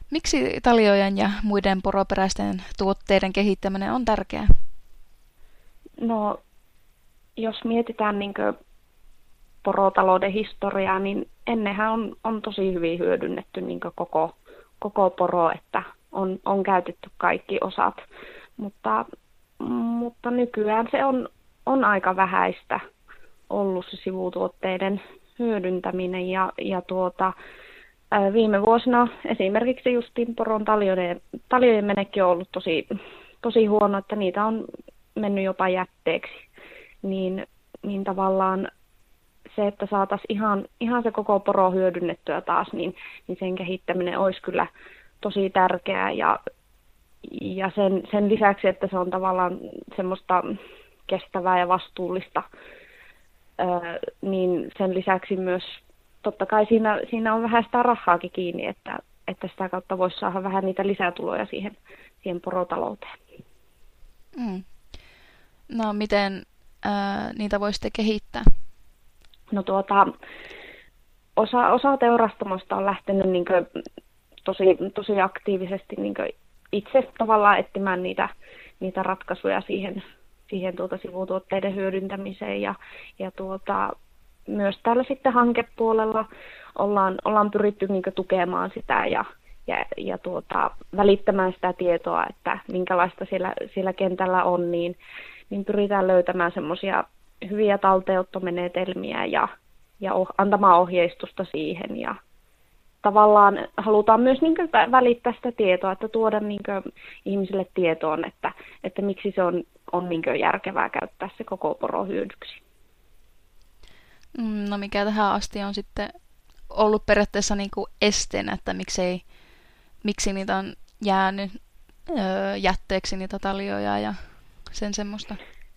Miksi taljojen ja muiden poroperäisten tuotteiden kehittäminen on tärkeää? No, jos mietitään niin porotalouden historiaa, niin ennenhän on tosi hyvin hyödynnetty niin koko poro, että on käytetty kaikki osat, mutta nykyään se on aika vähäistä ollut se sivutuotteiden hyödyntäminen viime vuosina esimerkiksi justiin poron taljojen menekki on ollut tosi huono, että niitä on mennyt jopa jätteeksi, niin tavallaan se, että saataisiin ihan se koko poro hyödynnettyä taas, niin sen kehittäminen olisi kyllä tosi tärkeää ja sen lisäksi, että se on tavallaan semmoista kestävää ja vastuullista, niin sen lisäksi myös totta kai siinä on vähän sitä rahaakin kiinni, että sitä kautta voisi saada vähän niitä lisätuloja siihen porotalouteen. Mm. No miten niitä voi sitten kehittää? No osa teurastamoista on lähtenyt tosi aktiivisesti itse tavallaan etsimään niitä ratkaisuja siihen sivutuotteiden hyödyntämiseen ja myös täällä sitten hankepuolella ollaan pyritty tukemaan sitä ja välittämään sitä tietoa, että minkälaista siellä kentällä on, niin pyritään löytämään semmoisia hyviä talteenottomenetelmiä ja antamaan ohjeistusta siihen ja tavallaan halutaan myös välittää sitä tietoa, että tuoda ihmisille tietoon, että miksi se on järkevää käyttää se koko poro hyödyksi. No mikä tähän asti on sitten ollut periaatteessa esteenä, että miksi niitä on jäänyt jätteeksi niitä taljoja ja sen semmoista?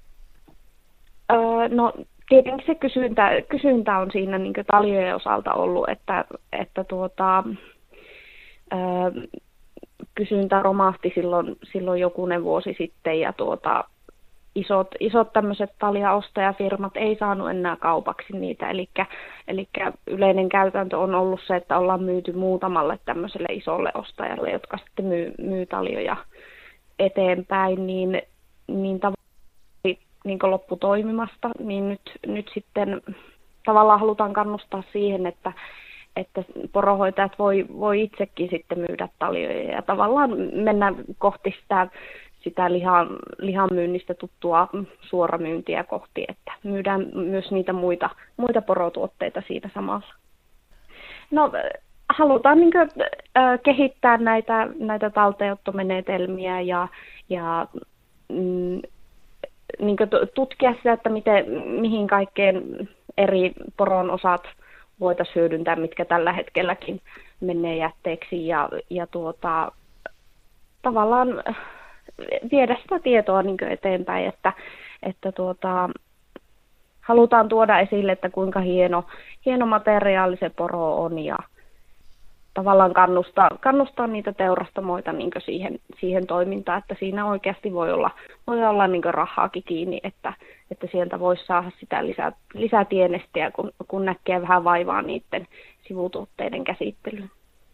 No tietenkin se kysyntä on siinä taljojen osalta ollut, että kysyntä romahti silloin jokunen vuosi sitten ja isot tämmöiset taljaostajafirmat ei saanut enää kaupaksi niitä, eli yleinen käytäntö on ollut se, että ollaan myyty muutamalle tämmöiselle isolle ostajalle, jotka sitten myy taljoja eteenpäin, niin lopputoimimasta, niin nyt sitten tavallaan halutaan kannustaa siihen, että poronhoitajat voi itsekin sitten myydä taljoja ja tavallaan mennä kohti sitä lihan myynnistä tuttua suoramyyntiä kohti, että myydään myös niitä muita porotuotteita siitä samalla. No, halutaan kehittää näitä talteenottomenetelmiä ja tutkia sitä, että mihin kaikkeen eri poron osat voitaisiin hyödyntää, mitkä tällä hetkelläkin menee jätteeksi ja tavallaan viedä sitä tietoa eteenpäin, että halutaan tuoda esille, että kuinka hieno materiaali se poro on ja tavallaan kannustaa niitä teurastamoita siihen toimintaan, että siinä oikeasti voi olla rahaakin kiinni, että sieltä voisi saada sitä lisätienestiä, kun näkee vähän vaivaa niiden sivutuotteiden käsittelyyn.